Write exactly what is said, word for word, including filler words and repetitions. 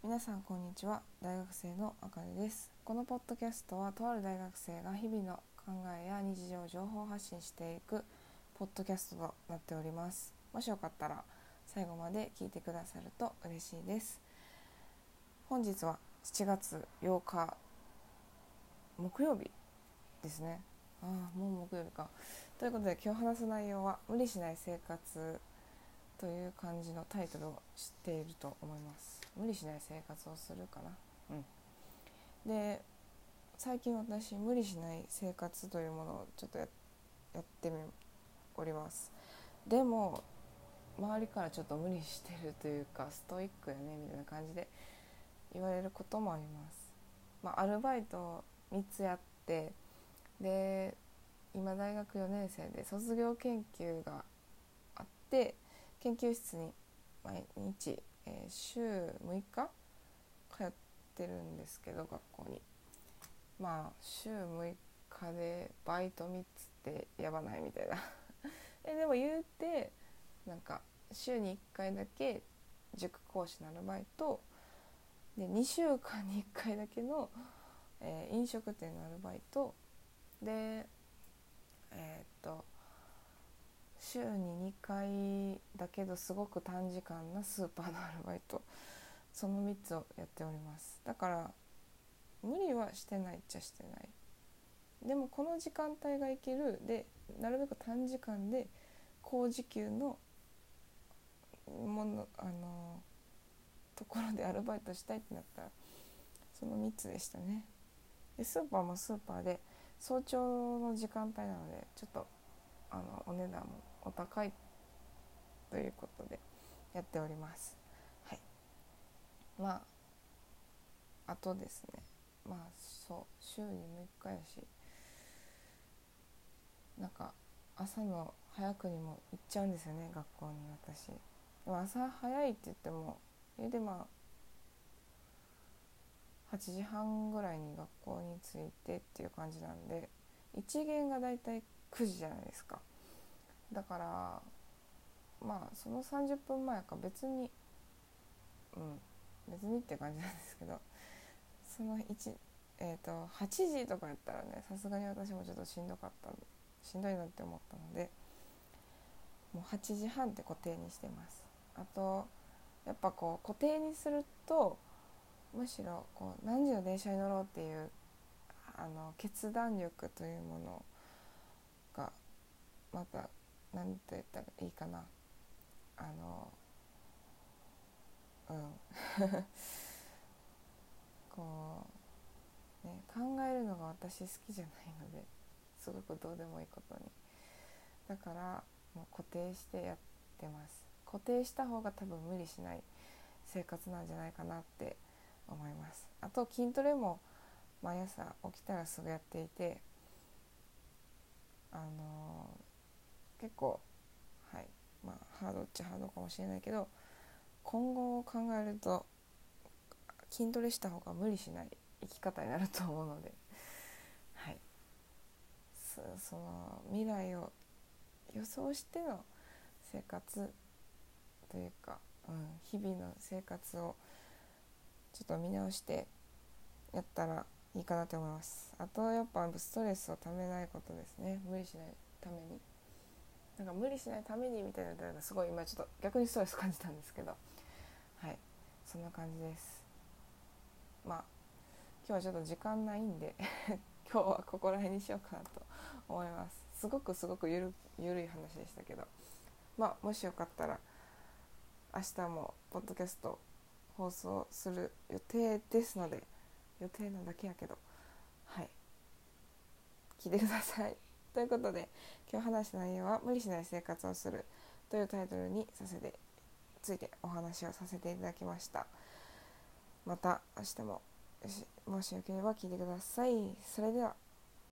皆さんこんにちは。大学生のあかねです。このポッドキャストはとある大学生が日々の考えや日常情報を発信していくポッドキャストとなっております。もしよかったら最後まで聞いてくださると嬉しいです。本日はしちがつようか木曜日ですね。ああ、もう木曜日か。ということで今日話す内容は無理しない生活という感じのタイトルを知っていると思います。無理しない生活をするかな。うん。で、最近私無理しない生活というものをちょっと や, やってみおります。でも周りからちょっと無理してるというかストイックやねみたいな感じで言われることもあります。まあ、アルバイトみっつやって、で今大学よねん生で卒業研究があって、研究室に毎日、えー、週むいか通ってるんですけど、学校にまあ週むいかでバイトみっつってやばないみたいなえでも言うてなんか週にいっかいだけ塾講師のアルバイトで、にしゅうかんにいっかいだけの、えー、飲食店のアルバイトで、えー、っと週ににかいだけどすごく短時間なスーパーのアルバイト、そのみっつをやっております。だから無理はしてないっちゃしてない。でもこの時間帯がいけるで、なるべく短時間で高時給のもの、あのところでアルバイトしたいってなったらそのみっつでしたね。でスーパーもスーパーで早朝の時間帯なのでちょっとあのお値段もお高いということでやっております。はい。まああとですね、まあそう週にむいかやし、なんか朝の早くにも行っちゃうんですよね、学校に私。でも朝早いって言っても言うてまあはちじはんぐらいに学校に着いてっていう感じなんで、一限がだいたいくじじゃないですか。だからまあそのさんじゅっぷんまえか別にうん別にって感じなんですけど、そのいちえっ、ー、とはちじとかやったらね、さすがに私もちょっとしんどかったしんどいなって思ったので、もうはちじはんって固定にしてます。あとやっぱこう固定にすると、むしろこう何時の電車に乗ろうっていうあの決断力というものがまた何て言ったらいいかな、あのうんこうね、考えるのが私好きじゃないので、すごくどうでもいいことに、だからもう固定してやってます。固定した方が多分無理しない生活なんじゃないかなって思います。あと筋トレも毎朝起きたらすぐやっていて、あのー、結構はいまあハードっちゃハードかもしれないけど、今後を考えると筋トレした方が無理しない生き方になると思うので、はい、そ, その未来を予想しての生活というか、うん、日々の生活をちょっと見直してやったらいいかなと思います。あとやっぱストレスをためないことですね。無理しないために、なんか無理しないためにみたいなのがすごい今ちょっと逆にストレス感じたんですけど、はい、そんな感じです。まあ今日はちょっと時間ないんで今日はここら辺にしようかなと思います。すごくすごくゆる、ゆるい話でしたけど、まあもしよかったら明日もポッドキャスト放送する予定ですので、予定なだけやけど、はい、聞いてください。ということで今日話した内容は無理しない生活をするというタイトルにさせてついてお話をさせていただきました。また明日ももしよければ聞いてください。それでは。